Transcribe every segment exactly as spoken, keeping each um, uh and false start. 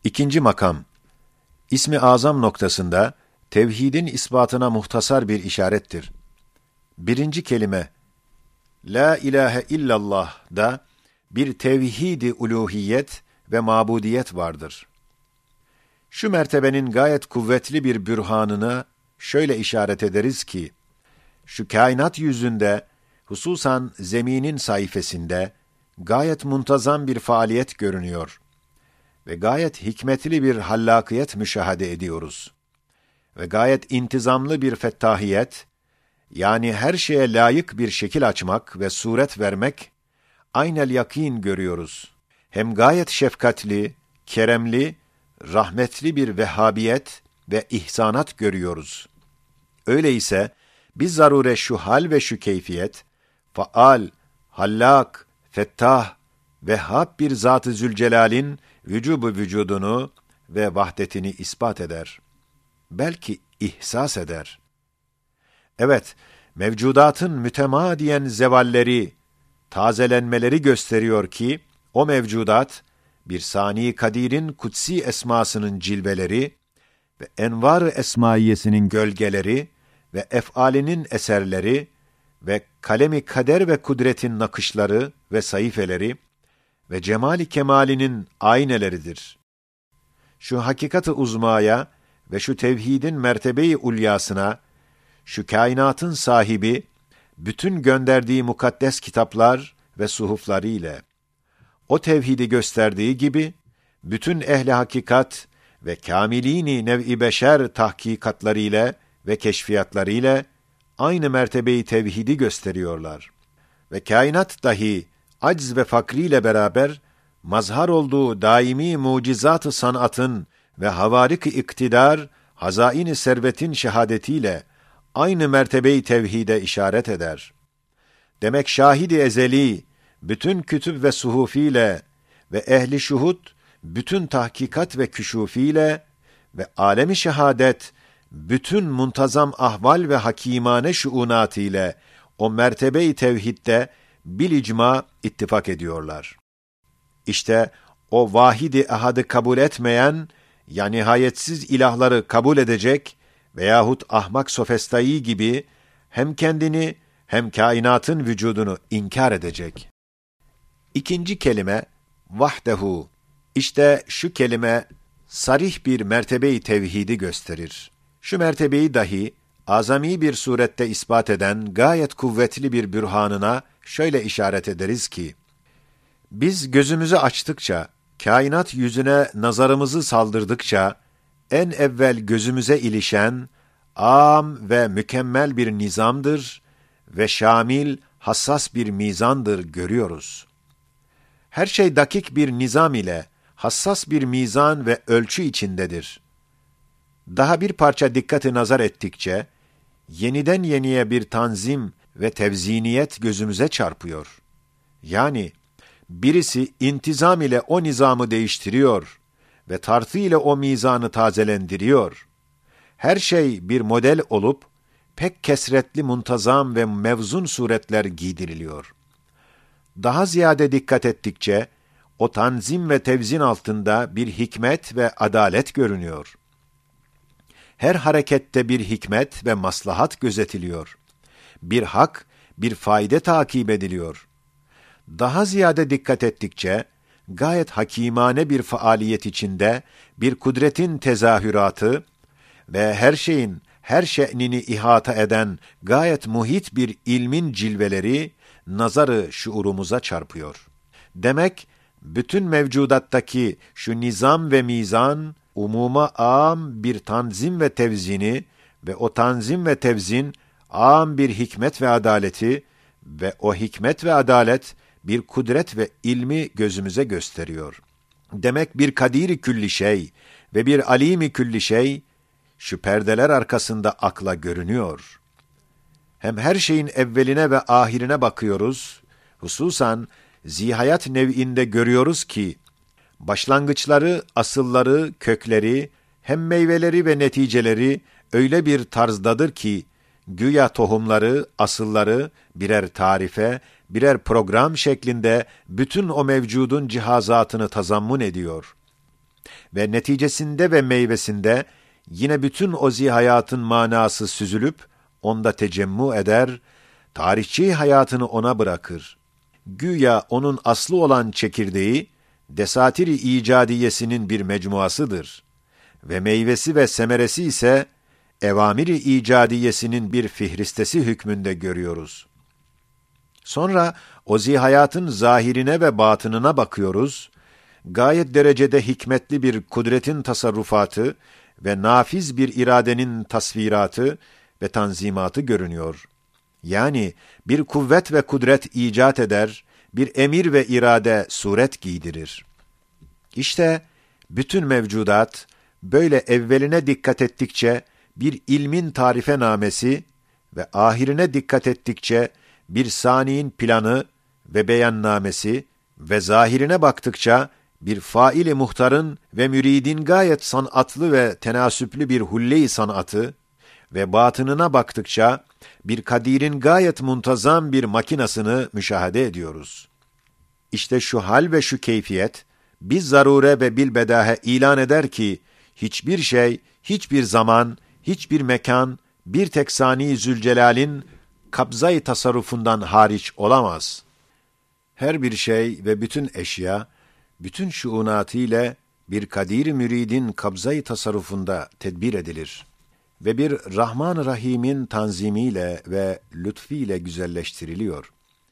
İkinci makam, İsmi azam noktasında tevhidin ispatına muhtasar bir işarettir. Birinci kelime, La ilahe illallah da bir tevhid-i uluhiyet ve mabudiyet vardır. Şu mertebenin gayet kuvvetli bir bürhanına şöyle işaret ederiz ki, şu kainat yüzünde, hususan zeminin sayfasında, gayet muntazam bir faaliyet görünüyor ve gayet hikmetli bir hallakiyet müşahede ediyoruz. Ve gayet intizamlı bir fettahiyet, yani her şeye layık bir şekil açmak ve suret vermek, aynel yakin görüyoruz. Hem gayet şefkatli, keremli, rahmetli bir vehhabiyet ve ihsanat görüyoruz. Öyleyse, biz zarure şu hal ve şu keyfiyet, faal, hallak, fettah, vehhab bir Zat-ı Zülcelal'in vücubu vücudunu ve vahdetini ispat eder. Belki ihsas eder. Evet, mevcudatın mütemadiyen zevalleri, tazelenmeleri gösteriyor ki, o mevcudat, bir Sani Kadir'in kutsi esmasının cilveleri ve envar-ı esmaiyesinin gölgeleri ve ef'alinin eserleri ve kalemi kader ve kudretin nakışları ve sayfeleri ve cemali kemalinin ayneleridir. Şu hakikat-ı uzmaya ve şu tevhidin mertebe-i ulyasına, şu kainatın sahibi, bütün gönderdiği mukaddes kitaplar ve suhufları ile, o tevhidi gösterdiği gibi, bütün ehli hakikat ve kâmilîn-i nev-i beşer tahkikatlarıyla ve keşfiyatlarıyla, aynı mertebeyi tevhidi gösteriyorlar. Ve kainat dahi, acz ve fakriyle beraber, mazhar olduğu daimi mucizat-ı sanatın ve havarik-i iktidar, hazain-i servetin şehadetiyle, aynı mertebeyi tevhide işaret eder. Demek şahid-i ezeli, bütün kütüb ve suhufiyle ve ehli şuhud, bütün tahkikat ve küşufiyle ve alemi şehadet, bütün muntazam ahval ve hakimane şuunat ile o mertebe-i tevhidde bil icma ittifak ediyorlar. İşte o vahid-i ehadı kabul etmeyen, ya nihayetsiz ilahları kabul edecek veyahut ahmak sofistayı gibi hem kendini hem kainatın vücudunu inkar edecek. İkinci kelime, vahdehu. İşte şu kelime, sarih bir mertebe-i tevhidi gösterir. Şu mertebeyi dahi, azami bir surette ispat eden gayet kuvvetli bir bürhanına şöyle işaret ederiz ki, biz gözümüzü açtıkça, kainat yüzüne nazarımızı saldırdıkça, en evvel gözümüze ilişen, âm ve mükemmel bir nizamdır ve şamil, hassas bir mizandır görüyoruz. Her şey dakik bir nizam ile, hassas bir mizan ve ölçü içindedir. Daha bir parça dikkati nazar ettikçe, yeniden yeniye bir tanzim ve tevziniyet gözümüze çarpıyor. Yani, birisi intizam ile o nizamı değiştiriyor ve tartı ile o mizanı tazelendiriyor. Her şey bir model olup, pek kesretli muntazam ve mevzun suretler giydiriliyor. Daha ziyade dikkat ettikçe, o tanzim ve tevzin altında bir hikmet ve adalet görünüyor. Her harekette bir hikmet ve maslahat gözetiliyor. Bir hak, bir fayda takip ediliyor. Daha ziyade dikkat ettikçe, gayet hakimane bir faaliyet içinde bir kudretin tezahüratı ve her şeyin, her şe'nini ihata eden gayet muhit bir ilmin cilveleri, nazarı şuurumuza çarpıyor. Demek, bütün mevcudattaki şu nizam ve mizan, umuma âm bir tanzim ve tevzini ve o tanzim ve tevzin, âm bir hikmet ve adaleti ve o hikmet ve adalet, bir kudret ve ilmi gözümüze gösteriyor. Demek bir kadir-i külli şey ve bir alim-i külli şey, şu perdeler arkasında akla görünüyor. Hem her şeyin evveline ve ahirine bakıyoruz, hususan zihayat nev'inde görüyoruz ki, başlangıçları, asılları, kökleri, hem meyveleri ve neticeleri öyle bir tarzdadır ki, güya tohumları, asılları birer tarife, birer program şeklinde bütün o mevcudun cihazatını tazammun ediyor. ve neticesinde ve meyvesinde yine bütün o zihayatın manası süzülüp onda tecemmü eder, tarihçi hayatını ona bırakır. Güya onun aslı olan çekirdeği, desatiri icadiyesinin bir mecmuasıdır ve meyvesi ve semeresi ise evamiri icadiyesinin bir fihristesi hükmünde görüyoruz. Sonra o zihayatın zahirine ve batınına bakıyoruz, gayet derecede hikmetli bir kudretin tasarrufatı ve nafiz bir iradenin tasviratı ve tanzimatı görünüyor. Yani bir kuvvet ve kudret icat eder, bir emir ve irade suret giydirir. İşte bütün mevcudat, böyle evveline dikkat ettikçe bir ilmin tarifenamesi ve ahirine dikkat ettikçe bir saniin planı ve beyannamesi ve zahirine baktıkça bir faili muhtarın ve müridin gayet sanatlı ve tenasüplü bir hulle-i sanatı ve batınına baktıkça bir kadirin gayet muntazam bir makinasını müşahede ediyoruz. İşte şu hal ve şu keyfiyet, biz zarure ve bilbedahe ilan eder ki, hiçbir şey, hiçbir zaman, hiçbir mekan, bir tek sani Zülcelal'in kabzayı tasarrufundan hariç olamaz. Her bir şey ve bütün eşya, bütün şuunatı ile bir kadir müridin kabzayı tasarrufunda tedbir edilir ve bir Rahman-ı Rahim'in tanzimiyle ve lütfiyle güzelleştiriliyor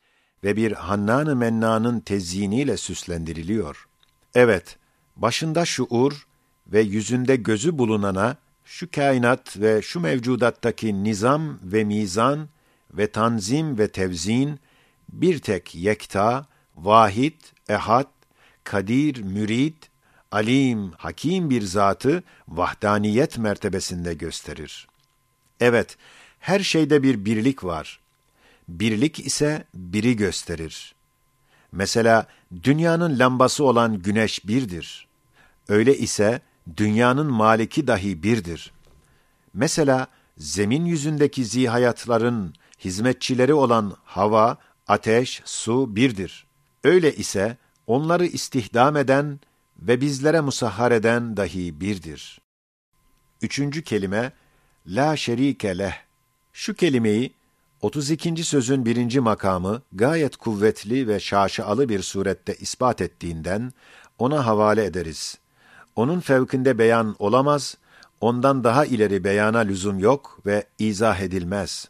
ve bir Hannan-ı Mennan'ın tezyiniyle süslendiriliyor. Evet, başında şuur ve yüzünde gözü bulunana, şu kainat ve şu mevcudattaki nizam ve mizan ve tanzim ve tevzin, bir tek yekta, vahid, ehad, kadir, mürid, alim, hakim bir zatı vahdaniyet mertebesinde gösterir. Evet, her şeyde bir birlik var. Birlik ise biri gösterir. Mesela dünyanın lambası olan güneş birdir. Öyle ise dünyanın maliki dahi birdir. Mesela zemin yüzündeki zihayatların hizmetçileri olan hava, ateş, su birdir. Öyle ise onları istihdam eden ve bizlere musahhar eden dahi birdir. Üçüncü kelime, la şerike leh. Şu kelimeyi, otuz ikinci sözün birinci makamı gayet kuvvetli ve şaşalı bir surette ispat ettiğinden ona havale ederiz. Onun fevkinde beyan olamaz, ondan daha ileri beyana lüzum yok ve izah edilmez.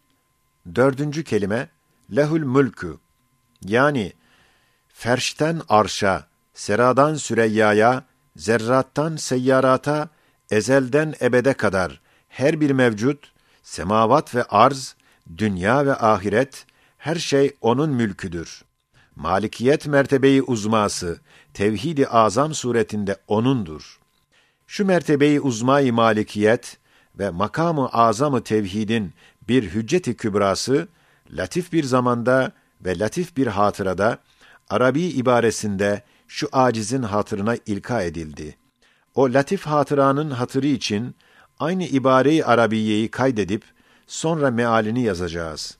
Dördüncü kelime, lehül mülkü. Yani, ferşten arşa, seradan süreyyaya, zerrattan seyyarata, ezelden ebede kadar her bir mevcut, semavat ve arz, dünya ve ahiret, her şey onun mülküdür. Malikiyet mertebeyi uzması, tevhid-i azam suretinde onundur. Şu mertebeyi uzmayı malikiyet ve makamı azamı tevhidin bir hücceti kübrası, latif bir zamanda ve latif bir hatırada, Arabi ibaresinde şu acizin hatırına ilka edildi. O latif hatıranın hatırı için aynı ibare-i Arabiyeyi kaydedip sonra mealini yazacağız.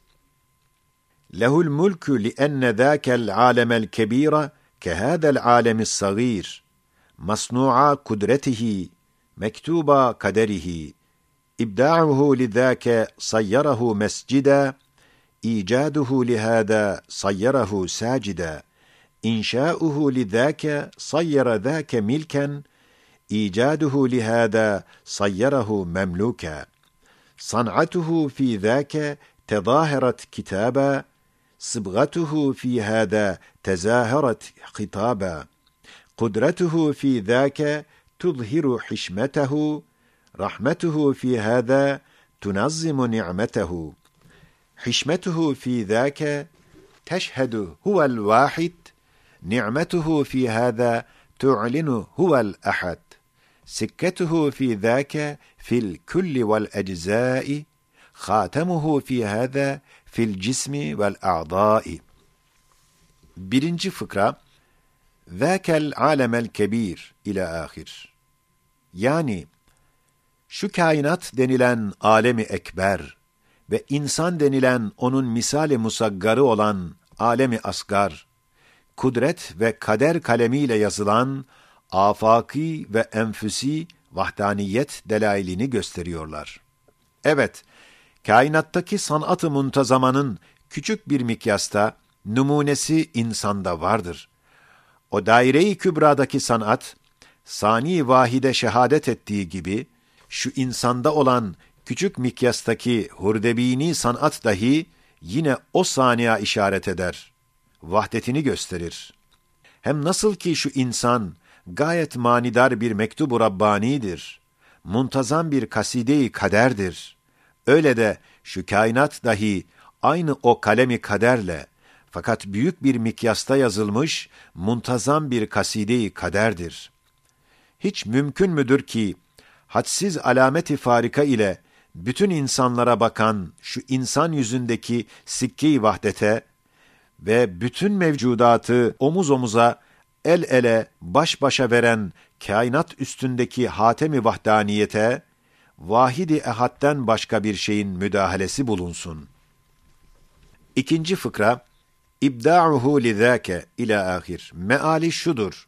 Lehul mulku li enne zâkel âlemel kebîra kehâdel âlemis sagîr. Masnu'a kudretihi, mektuba kaderihi. İbda'uhu lidâke sayyarahu mescida, icaduhu lihâdâ sayyarahu sâcida. İnşâuhu lidâke sayyara zâke milken, icaduhu lihâdâ sayyarahu memlûka. San'atuhu fî zâke tezâherat kitâba, sıbgatuhu fî hâdâ tezâherat hitâba. Kudretuhu fî zâke tuzhiru hişmetehu, rahmetuhu fî hâdâ tunazzimu ni'metehu. Hişmetuhu fî zâke teşhedu huvel vâhid, ni'metuhu fî hâdâ tu'linu huvel ahad. Sikketuhu fî zâke fil kulli vel eczâi, khâtemuhu fî hâdâ fil cismi vel a'dâi. Birinci fıkra, zâkel âlemel kebîr ile ahir. Yani, şu kainat denilen alemi ekber ve insan denilen onun misali musaggarı olan alemi asgar, kudret ve kader kalemiyle yazılan afaki ve enfüsi vahdaniyet delailini gösteriyorlar. Evet, kainattaki sanat-ı muntazamanın küçük bir mikyasta numunesi insanda vardır. O daire-i kübradaki sanat, sani vahide şehadet ettiği gibi, şu insanda olan küçük mikyastaki hurdebini sanat dahi yine o saniye işaret eder, vahdetini gösterir. Hem nasıl ki şu insan gayet manidar bir mektubu Rabbani'dir, muntazam bir kaside-i kaderdir. Öyle de şu kainat dahi aynı o kalemi kaderle, fakat büyük bir mikyasta yazılmış muntazam bir kaside-i kaderdir. Hiç mümkün müdür ki, hadsiz alameti farika ile bütün insanlara bakan şu insan yüzündeki sikke-i vahdete ve bütün mevcudatı omuz omuza, el ele, baş başa veren kainat üstündeki hatemi vahdaniyete, vahidi ehadden başka bir şeyin müdahalesi bulunsun. İkinci fıkra, İbda'uhu lizâke ila ahir. Meali şudur.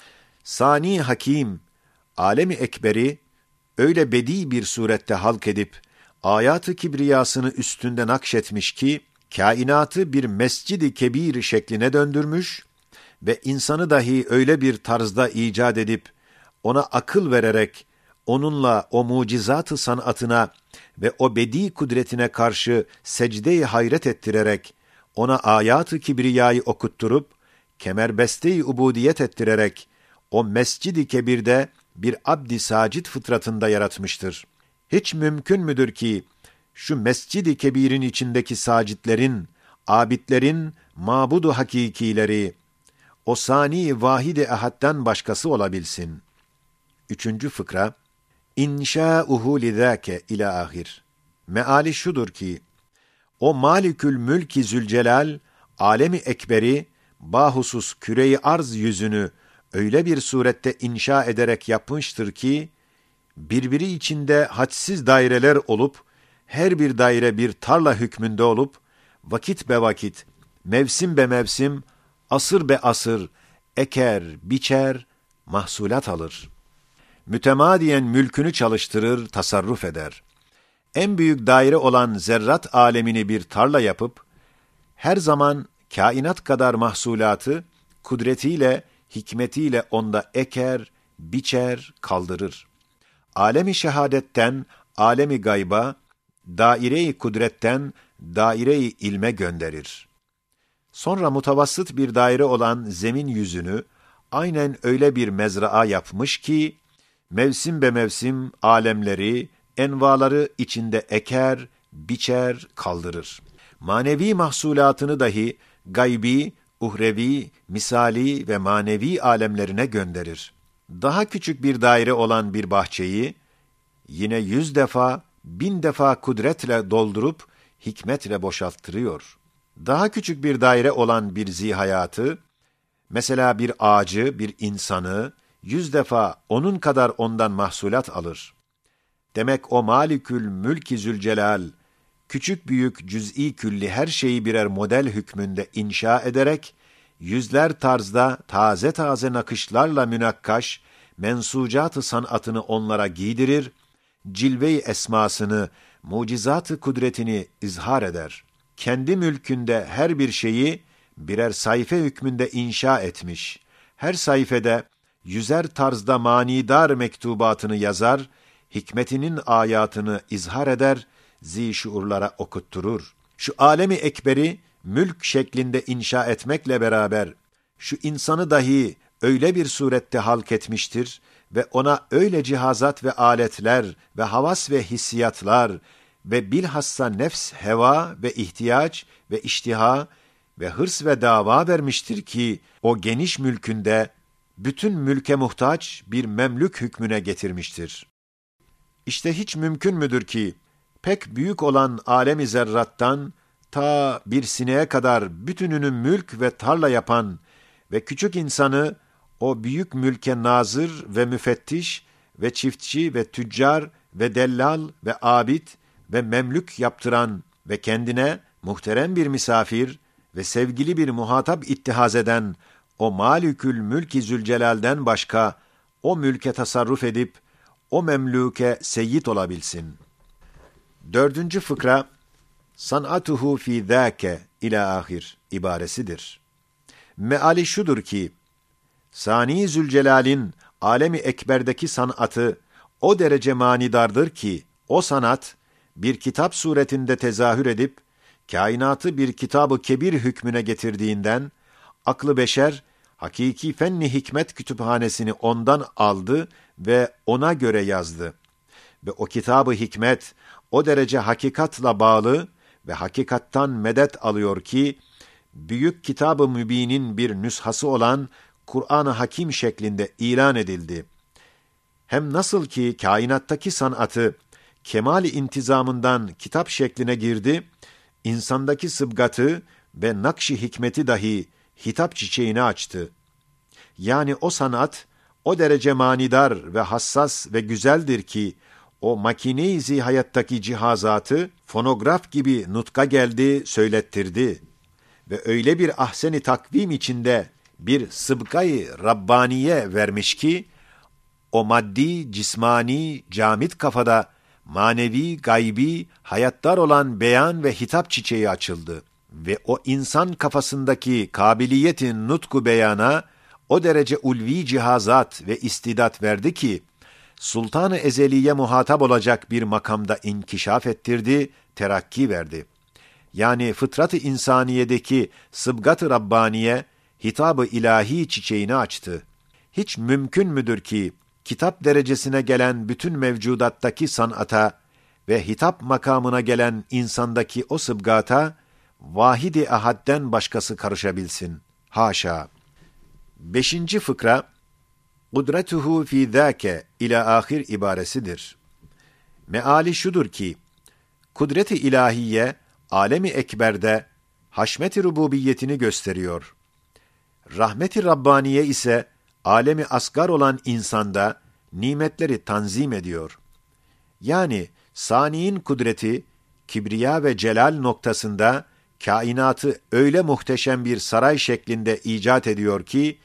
Sani Hakim, alemi ekberi, öyle bedi bir surette halk edip, ayat-ı kibriyasını üstünde nakşetmiş ki, kainatı bir mescid-i kebir şekline döndürmüş ve insanı dahi öyle bir tarzda icat edip, ona akıl vererek, onunla o mucizat-ı sanatına ve o bedi kudretine karşı secde-i hayret ettirerek, ona ayat-ı kibriyayı okutturup, kemerbeste-i ubudiyet ettirerek, o mescid-i kebirde bir abd-i sacid fıtratında yaratmıştır. Hiç mümkün müdür ki, şu mescid-i kebirin içindeki sacitlerin, abidlerin, mabudu hakikileri, o sani vahid-i ehadden başkası olabilsin. Üçüncü fıkra, İnşâuhu lidâke ila ahir. Meali şudur ki, o Malikül Mülk-i Zülcelal, alemi ekberi, bahusus küre-i arz yüzünü öyle bir surette inşa ederek yapmıştır ki, birbiri içinde hadsiz daireler olup, her bir daire bir tarla hükmünde olup, vakit be vakit, mevsim be mevsim, asır be asır, eker, biçer, mahsulat alır. Mütemadiyen mülkünü çalıştırır, tasarruf eder. En büyük daire olan zerrat alemini bir tarla yapıp, her zaman kainat kadar mahsulatı, kudretiyle, hikmetiyle onda eker, biçer, kaldırır. Alemi şehadetten, alemi gayba, daire-i kudretten, daire-i ilme gönderir. Sonra mutavassıt bir daire olan zemin yüzünü, aynen öyle bir mezraa yapmış ki, mevsim be mevsim alemleri, envaları içinde eker, biçer, kaldırır. Manevi mahsulatını dahi gaybi, uhrevi, misali ve manevi alemlerine gönderir. Daha küçük bir daire olan bir bahçeyi, yine yüz defa, bin defa kudretle doldurup, hikmetle boşalttırıyor. Daha küçük bir daire olan bir zihayatı, mesela bir ağacı, bir insanı, yüz defa onun kadar ondan mahsulat alır. Demek o Malikül Mülk-i Zülcelal, küçük büyük cüz'i külli her şeyi birer model hükmünde inşa ederek, yüzler tarzda taze taze nakışlarla münakkaş, mensucat-ı sanatını onlara giydirir, cilve-i esmasını, mucizat-ı kudretini izhar eder. Kendi mülkünde her bir şeyi birer sayfa hükmünde inşa etmiş. Her sayfede yüzer tarzda manidar mektubatını yazar, hikmetinin ayatını izhar eder, zişuurlara okutturur. Şu alemi ekberi mülk şeklinde inşa etmekle beraber, şu insanı dahi öyle bir surette halk etmiştir ve ona öyle cihazat ve aletler ve havas ve hissiyatlar ve bilhassa nefs, heva ve ihtiyaç ve iştiha ve hırs ve dava vermiştir ki, o geniş mülkünde bütün mülke muhtaç bir memlük hükmüne getirmiştir. İşte hiç mümkün müdür ki, pek büyük olan alem-i zerrattan, ta bir sineğe kadar bütününü mülk ve tarla yapan ve küçük insanı, o büyük mülke nazır ve müfettiş ve çiftçi ve tüccar ve dellal ve abid ve memlük yaptıran ve kendine muhterem bir misafir ve sevgili bir muhatap ittihaz eden o Malikül Mülk-i Zülcelal'den başka o mülke tasarruf edip, o memlûke seyyid olabilsin. Dördüncü fıkra, san'atuhu fî zâke ila ahir ibaresidir. Meali şudur ki, Sani Zülcelal'in alemi ekberdeki sanatı o derece manidardır ki, o sanat bir kitap suretinde tezahür edip, kainatı bir kitab-ı kebir hükmüne getirdiğinden, aklı beşer, hakiki fenni hikmet kütüphanesini ondan aldı ve ona göre yazdı. Ve o kitab-ı hikmet, o derece hakikatla bağlı ve hakikattan medet alıyor ki, büyük kitab-ı mübinin bir nüshası olan Kur'an-ı Hakim şeklinde ilan edildi. Hem nasıl ki kainattaki sanatı, kemal-i intizamından kitap şekline girdi, insandaki sıbgatı ve nakş-ı hikmeti dahi hitap çiçeğini açtı. Yani o sanat, o derece manidar ve hassas ve güzeldir ki, o makine-i zihayattaki cihazatı, fonograf gibi nutka geldi, söylettirdi. Ve öyle bir ahsen-i takvim içinde bir sıbgayı Rabbaniye vermiş ki, o maddi, cismani, camit kafada manevi, gaybi, hayattar olan beyan ve hitap çiçeği açıldı. Ve o insan kafasındaki kabiliyetin nutku beyana o derece ulvi cihazat ve istidat verdi ki, Sultan-ı Ezeliye muhatap olacak bir makamda inkişaf ettirdi, terakki verdi. Yani fıtrat-ı insaniyedeki sıbgat-ı Rabbaniye, hitab-ı ilahi çiçeğini açtı. Hiç mümkün müdür ki, kitap derecesine gelen bütün mevcudattaki sanata ve hitap makamına gelen insandaki o sıbgata, vahid-i ahadden başkası karışabilsin? Haşa! Beşinci fıkra, kudretuhu fî zâke ila ahir ibaresidir. Meali şudur ki, kudret-i ilahiye, alemi ekberde, haşmet-i rububiyetini gösteriyor. Rahmet-i Rabbaniye ise, alemi asgar olan insanda, nimetleri tanzim ediyor. Yani, sani'in kudreti, kibriya ve celal noktasında, kainatı öyle muhteşem bir saray şeklinde icat ediyor ki,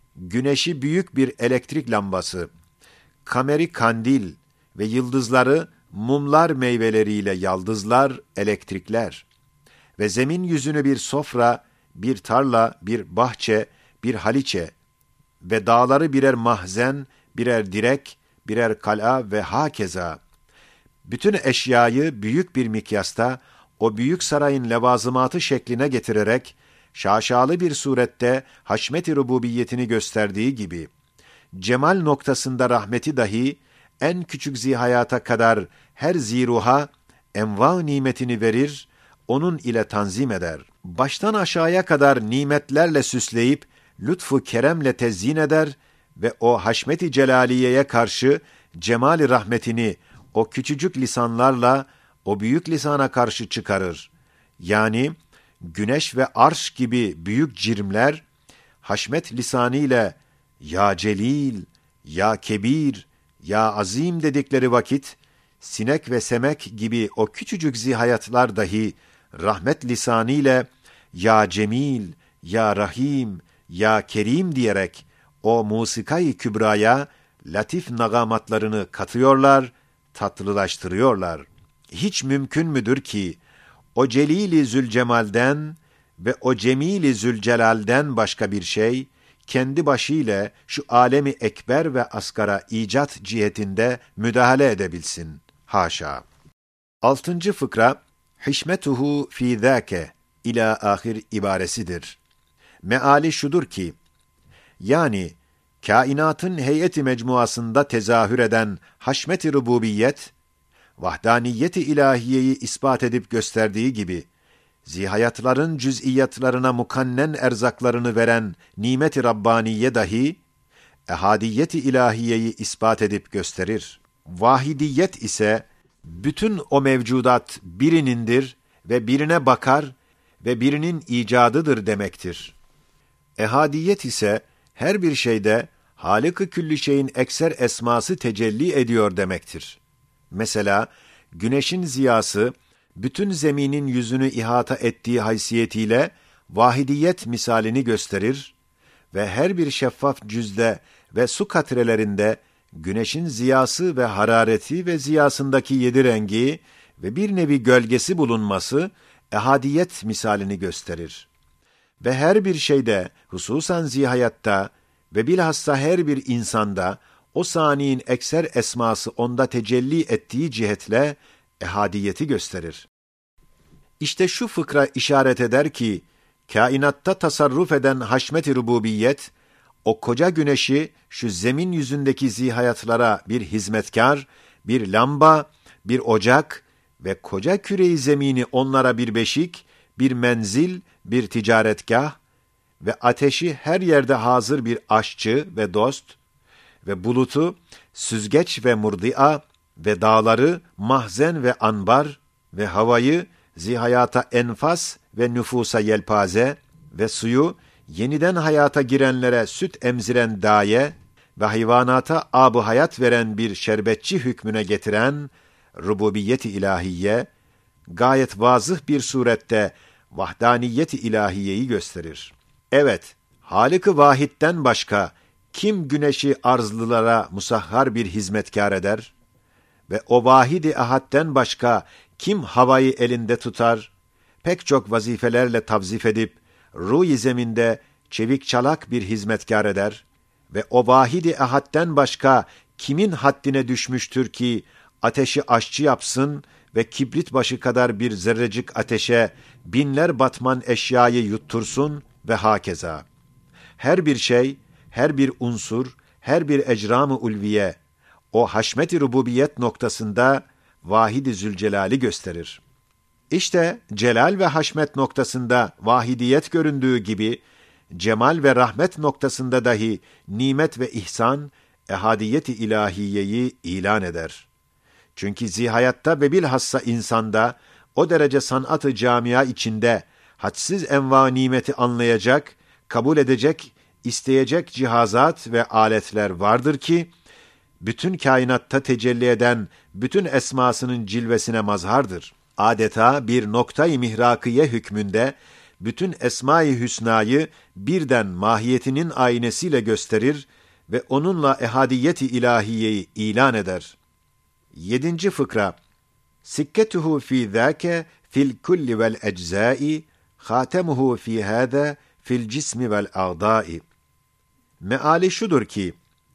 güneşi büyük bir elektrik lambası, kameri kandil ve yıldızları mumlar meyveleriyle yaldızlar, elektrikler ve zemin yüzünü bir sofra, bir tarla, bir bahçe, bir haliçe ve dağları birer mahzen, birer direk, birer kal'a ve hakeza. Bütün eşyayı büyük bir mikyasta, o büyük sarayın levazımatı şekline getirerek, şaşalı bir surette haşmet-i rububiyetini gösterdiği gibi, cemal noktasında rahmeti dahi, en küçük zihayata kadar her ziruha, enva nimetini verir, onun ile tanzim eder. Baştan aşağıya kadar nimetlerle süsleyip, lütfu keremle tezyin eder ve o haşmet-i celaliyeye karşı cemal-i rahmetini o küçücük lisanlarla o büyük lisana karşı çıkarır. Yani güneş ve arş gibi büyük cirmler haşmet lisanıyla ya celil, ya kebir, ya azim dedikleri vakit sinek ve semek gibi o küçücük zihayatlar dahi rahmet lisanıyla ya cemil, ya rahim, ya kerim diyerek o musikayı kübraya latif nagamatlarını katıyorlar, tatlılaştırıyorlar. Hiç mümkün müdür ki o Celil-i Zülcemal'den ve o Cemil-i Zülcelal'den başka bir şey kendi başıyla şu alemi ekber ve asgara icat cihetinde müdahale edebilsin? Haşa! Altıncı fıkra, hişmetuhu fî zâke ila ahir ibaresidir. Meali şudur ki, yani kainatın heyeti mecmuasında tezahür eden haşmet-i rububiyet, vahdaniyet-i ilahiyeyi ispat edip gösterdiği gibi, zihayatların cüz'iyatlarına mukannen erzaklarını veren nimet-i Rabbaniye dahi, ehadiyet-i ilahiyeyi ispat edip gösterir. Vahidiyet ise, bütün o mevcudat birinindir ve birine bakar ve birinin icadıdır demektir. Ehadiyet ise, her bir şeyde Hâlik-i külli şeyin ekser esması tecelli ediyor demektir. Mesela, güneşin ziyası, bütün zeminin yüzünü ihata ettiği haysiyetiyle vahidiyet misalini gösterir ve her bir şeffaf cüzde ve su katrelerinde güneşin ziyası ve harareti ve ziyasındaki yedi rengi ve bir nevi gölgesi bulunması ehadiyet misalini gösterir. Ve her bir şeyde, hususan zihayatta ve bilhassa her bir insanda o saniyin ekser esması onda tecelli ettiği cihetle ehadiyeti gösterir. İşte şu fıkra işaret eder ki, kainatta tasarruf eden haşmet-i rububiyet, o koca güneşi şu zemin yüzündeki zihayatlara bir hizmetkar, bir lamba, bir ocak ve koca küre-i zemini onlara bir beşik, bir menzil, bir ticaretgah ve ateşi her yerde hazır bir aşçı ve dost ve bulutu süzgeç ve murdia ve dağları mahzen ve anbar ve havayı zihayata enfas ve nüfusa yelpaze ve suyu yeniden hayata girenlere süt emziren daye ve hayvanata ab-ı hayat veren bir şerbetçi hükmüne getiren rububiyet-i ilahiye, gayet vazıh bir surette vahdaniyet-i ilahiyeyi gösterir. Evet, Halik-i Vahid'den başka kim güneşi arzlılara musahhar bir hizmetkar eder? Ve o vahid-i ahadden başka kim havayı elinde tutar? Pek çok vazifelerle tavzif edip, ruh-i zeminde çevik çalak bir hizmetkar eder? Ve o vahid-i ahadden başka kimin haddine düşmüştür ki, ateşi aşçı yapsın ve kibrit başı kadar bir zerrecik ateşe binler batman eşyayı yuttursun ve hakeza. Her bir şey, her bir unsur, her bir ecram-ı ulviye, o haşmet-i rububiyet noktasında Vahid-i Zülcelal'i gösterir. İşte celal ve haşmet noktasında vahidiyet göründüğü gibi, cemal ve rahmet noktasında dahi nimet ve ihsan, ehadiyet-i ilahiyeyi ilan eder. Çünkü zihayatta ve bilhassa insanda, o derece sanat-ı camia içinde, hadsiz enva nimeti anlayacak, kabul edecek, isteyecek cihazat ve aletler vardır ki, bütün kainatta tecelli eden bütün esmasının cilvesine mazhardır. Adeta bir noktayı mihrakiye hükmünde, bütün esma-i hüsnayı birden mahiyetinin aynesiyle gösterir ve onunla ehadiyet-i ilahiyeyi ilan eder. Yedinci fıkra. Sikketuhu fî zâke fil kulli vel eczâi, khâtemuhu fî hâzâ fil cismi vel a'dâi. Meali şudur ki,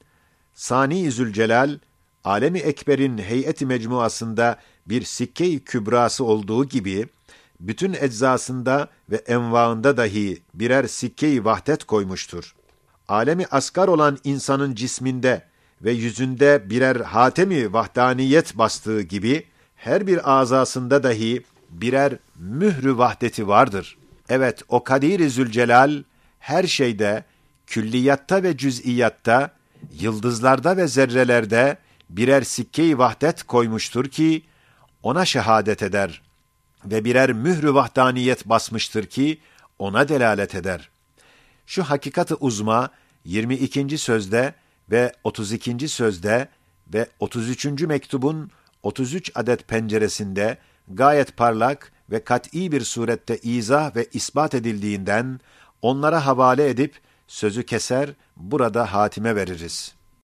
Sani-i Zülcelal, Alem-i Ekber'in heyet-i mecmuasında bir sikke-i kübrası olduğu gibi, bütün eczasında ve envaında dahi birer sikke-i vahdet koymuştur. Alemi asgar olan insanın cisminde ve yüzünde birer hatemi vahdaniyet bastığı gibi, her bir azasında dahi birer mührü vahdeti vardır. Evet, o Kadir-i Zülcelal, her şeyde, külliyatta ve cüz'iyatta, yıldızlarda ve zerrelerde birer sikke-i vahdet koymuştur ki, ona şehadet eder ve birer mührü vahdaniyet basmıştır ki, ona delalet eder. Şu hakikat-ı uzma, yirmi ikinci sözde ve otuz ikinci sözde ve otuz üçüncü mektubun otuz üç adet penceresinde gayet parlak ve kat'î bir surette izah ve ispat edildiğinden, onlara havale edip, sözü keser, burada hatime veririz.